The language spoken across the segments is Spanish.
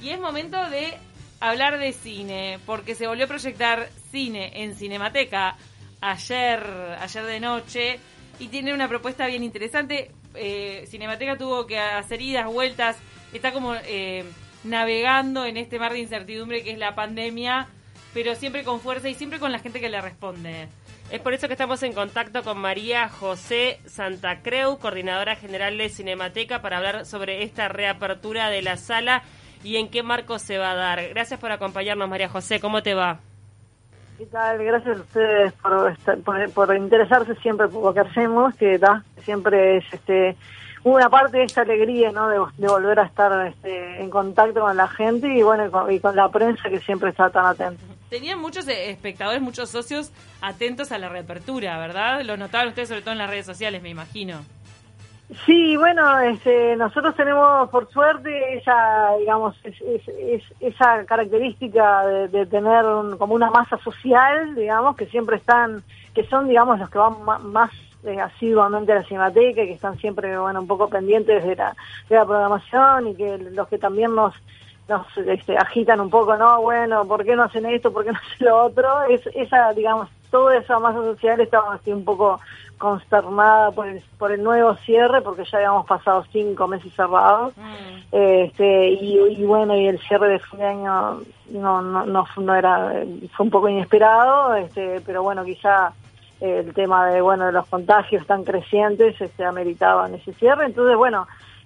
Y es momento de hablar de cine, porque se volvió a proyectar cine en Cinemateca ayer de noche, y tiene una propuesta bien interesante. Cinemateca tuvo que hacer idas, vueltas, está como navegando en este mar de incertidumbre que es la pandemia, pero siempre con fuerza y siempre con la gente que le responde. Es por eso que estamos en contacto con María José Santacreu, coordinadora general de Cinemateca, para hablar sobre esta reapertura de la sala y en qué marco se va a dar. Gracias por acompañarnos, María José. ¿Cómo te va? ¿Qué tal? Gracias a ustedes por interesarse siempre por lo que hacemos, que siempre es una parte de esta alegría, ¿no? De volver a estar en contacto con la gente y bueno y con la prensa que siempre está tan atenta. Tenían muchos espectadores, muchos socios atentos a la reapertura, ¿verdad? Lo notaban ustedes sobre todo en las redes sociales, me imagino. Sí, bueno, nosotros tenemos por suerte esa, digamos, esa característica de tener como una masa social, digamos, que siempre que son, digamos, los que van más asiduamente a la Cinemateca y que están siempre, bueno, un poco pendientes de la programación y que los que también nos agitan un poco, ¿no? Bueno, ¿por qué no hacen esto? ¿Por qué no hacen lo otro? Esa, digamos, toda esa masa social estaba así un poco consternada por el nuevo cierre, porque ya habíamos pasado 5 meses cerrados, y bueno, y el cierre de fin de año no era, fue un poco inesperado, pero bueno, quizá el tema de los contagios tan crecientes ameritaban ese cierre. Entonces bueno,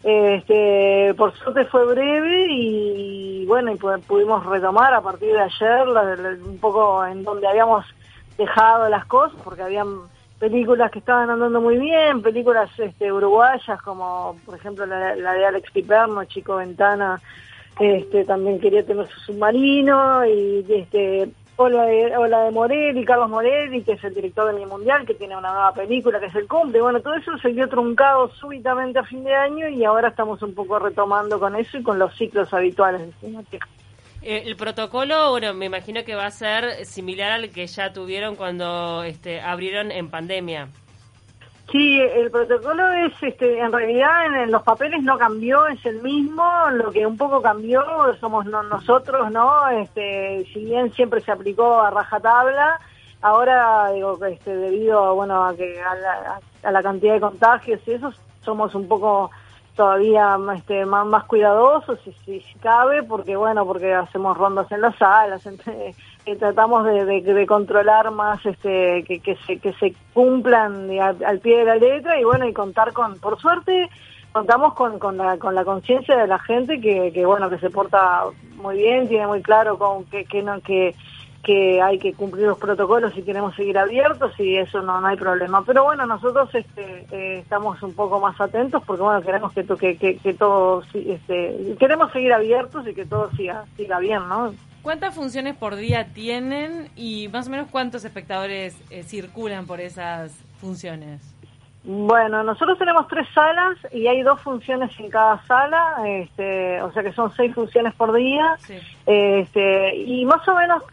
por suerte fue breve y bueno, y pudimos retomar a partir de ayer un poco en donde habíamos dejado las cosas, porque habían películas que estaban andando muy bien, películas uruguayas como por ejemplo la de Alex Piperno, Chico Ventana, también quería tener su submarino, y o la de Morelli, Carlos Morelli, que es el director de Mi Mundial, que tiene una nueva película que es El Cumple. Bueno, todo eso se vio truncado súbitamente a fin de año y ahora estamos un poco retomando con eso y con los ciclos habituales de Cinemateca. El protocolo, bueno, me imagino que va a ser similar al que ya tuvieron cuando abrieron en pandemia. Sí, el protocolo es, en realidad en los papeles no cambió, es el mismo. Lo que un poco cambió somos nosotros, ¿no? Si bien siempre se aplicó a rajatabla, ahora digo debido a la cantidad de contagios y eso, somos un poco todavía más cuidadosos si cabe, porque hacemos rondas en las salas, tratamos de controlar más que se cumplan al pie de la letra, y bueno, y contar por suerte contamos con la conciencia de la gente que se porta muy bien, tiene muy claro que hay que cumplir los protocolos si queremos seguir abiertos, y eso no hay problema. Pero bueno, nosotros estamos un poco más atentos porque bueno, queremos que todo queremos seguir abiertos y que todo siga bien, ¿no? ¿Cuántas funciones por día tienen y más o menos cuántos espectadores circulan por esas funciones? Bueno, nosotros tenemos 3 salas y hay 2 funciones en cada sala, o sea que son 6 funciones por día, sí. Y más o menos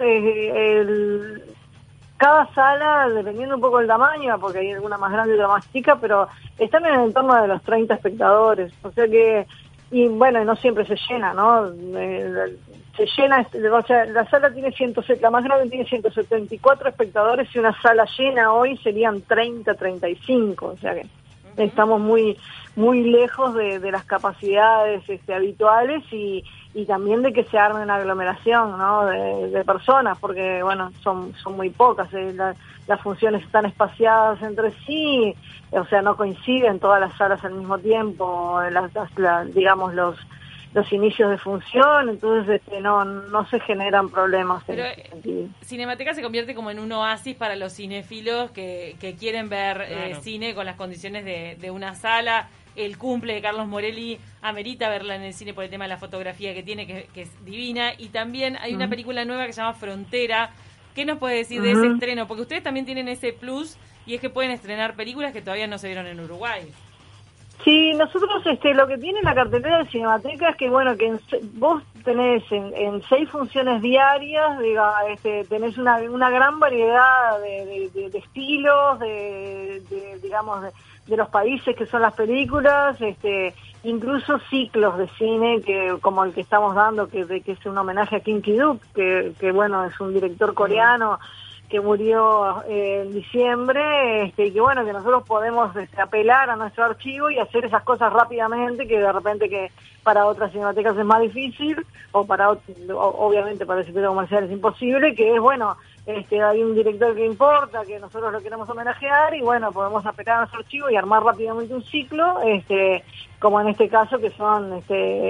cada sala, dependiendo un poco del tamaño, porque hay alguna más grande y otra más chica, pero están en el torno de los 30 espectadores, o sea que, y bueno, no siempre se llena, ¿no? Se llena, o sea, la sala tiene la más grande tiene 174 espectadores, y una sala llena hoy serían 35, o sea que estamos muy muy lejos de las capacidades habituales y también de que se arme una aglomeración, ¿no? de personas, porque bueno, son muy pocas, las funciones están espaciadas entre sí, o sea, no coinciden todas las salas al mismo tiempo, digamos los inicios de función, entonces no se generan problemas. Pero Cinemateca se convierte como en un oasis para los cinéfilos que quieren ver cine con las condiciones de una sala. El Cumple de Carlos Morelli amerita verla en el cine por el tema de la fotografía que tiene, que es divina, y también hay una película nueva que se llama Frontera. ¿Qué nos puede decir de ese estreno? Porque ustedes también tienen ese plus, y es que pueden estrenar películas que todavía no se vieron en Uruguay. Sí, nosotros lo que tiene la cartelera de Cinemateca es que, bueno, que vos tenés en 6 funciones diarias, tenés una gran variedad de estilos, digamos, de los países que son las películas, incluso ciclos de cine que como el que estamos dando, que es un homenaje a Kim Ki-duk, que bueno, es un director coreano que murió en diciembre, y que bueno, que nosotros podemos apelar a nuestro archivo y hacer esas cosas rápidamente, que de repente que para otras cinematecas es más difícil, o obviamente para el circuito comercial es imposible, que es bueno, hay un director que importa, que nosotros lo queremos homenajear, y bueno, podemos apelar a nuestro archivo y armar rápidamente un ciclo, como en este caso, que son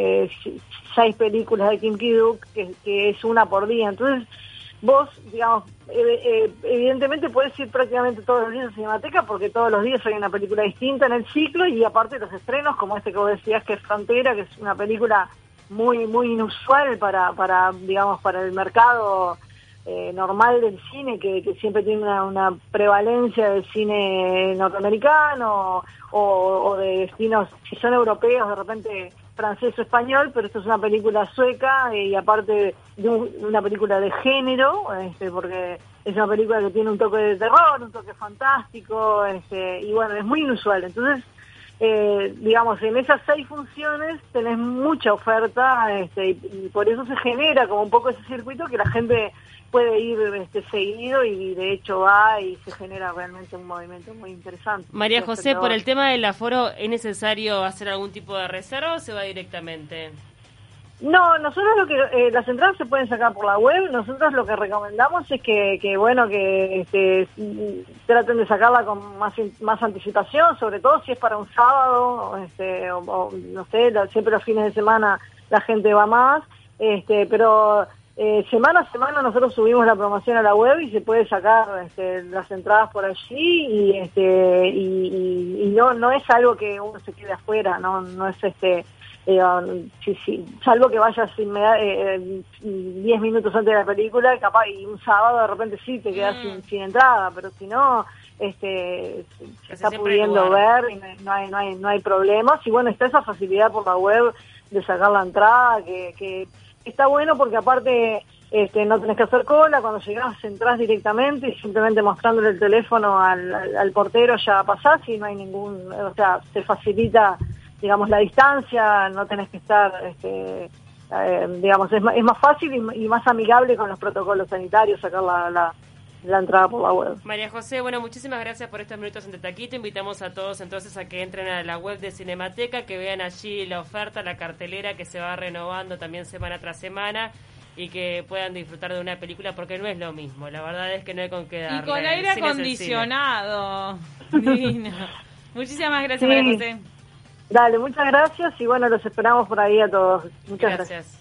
6 películas de Kim Ki-duk, que es una por día. Entonces, vos, digamos, evidentemente podés ir prácticamente todos los días a Cinemateca, porque todos los días hay una película distinta en el ciclo, y aparte los estrenos, como que vos decías, que es Frontera, que es una película muy muy inusual para digamos, para el mercado normal del cine, que siempre tiene una prevalencia del cine norteamericano, o de destinos, si son europeos, de repente francés o español, pero esto es una película sueca, y aparte de una película de género, porque es una película que tiene un toque de terror, un toque fantástico, y bueno, es muy inusual. Entonces, digamos, en esas 6 funciones tenés mucha oferta, y por eso se genera como un poco ese circuito que la gente puede ir seguido, y de hecho va y se genera realmente un movimiento muy interesante. María José, por el tema del aforo, ¿es necesario hacer algún tipo de reserva o se va directamente? No, nosotros las entradas se pueden sacar por la web. Nosotros lo que recomendamos es que bueno, que traten de sacarla con más anticipación, sobre todo si es para un sábado, o no sé, siempre los fines de semana la gente va más, pero semana a semana nosotros subimos la promoción a la web y se puede sacar las entradas por allí, y no es algo que uno se quede afuera, no es salvo que vayas 10 minutos antes de la película, capaz, y un sábado de repente sí te quedas sin entrada, pero si no, se está pudiendo ver y no hay problemas. Y bueno, está esa facilidad por la web de sacar la entrada, que está bueno, porque aparte no tenés que hacer cola, cuando llegás entrás directamente y simplemente mostrándole el teléfono al portero ya pasás, y no hay se facilita, digamos, la distancia, no tenés que estar, digamos, es más fácil y más amigable con los protocolos sanitarios sacar la entrada por la web. María José, bueno, muchísimas gracias por estos minutos en Taquito. Invitamos a todos entonces a que entren a la web de Cinemateca, que vean allí la oferta, la cartelera que se va renovando también semana tras semana, y que puedan disfrutar de una película, porque no es lo mismo, la verdad es que no hay con qué darle. Y con aire acondicionado. Divino. Muchísimas gracias, María José. Dale, muchas gracias, y bueno, los esperamos por ahí a todos. Muchas gracias.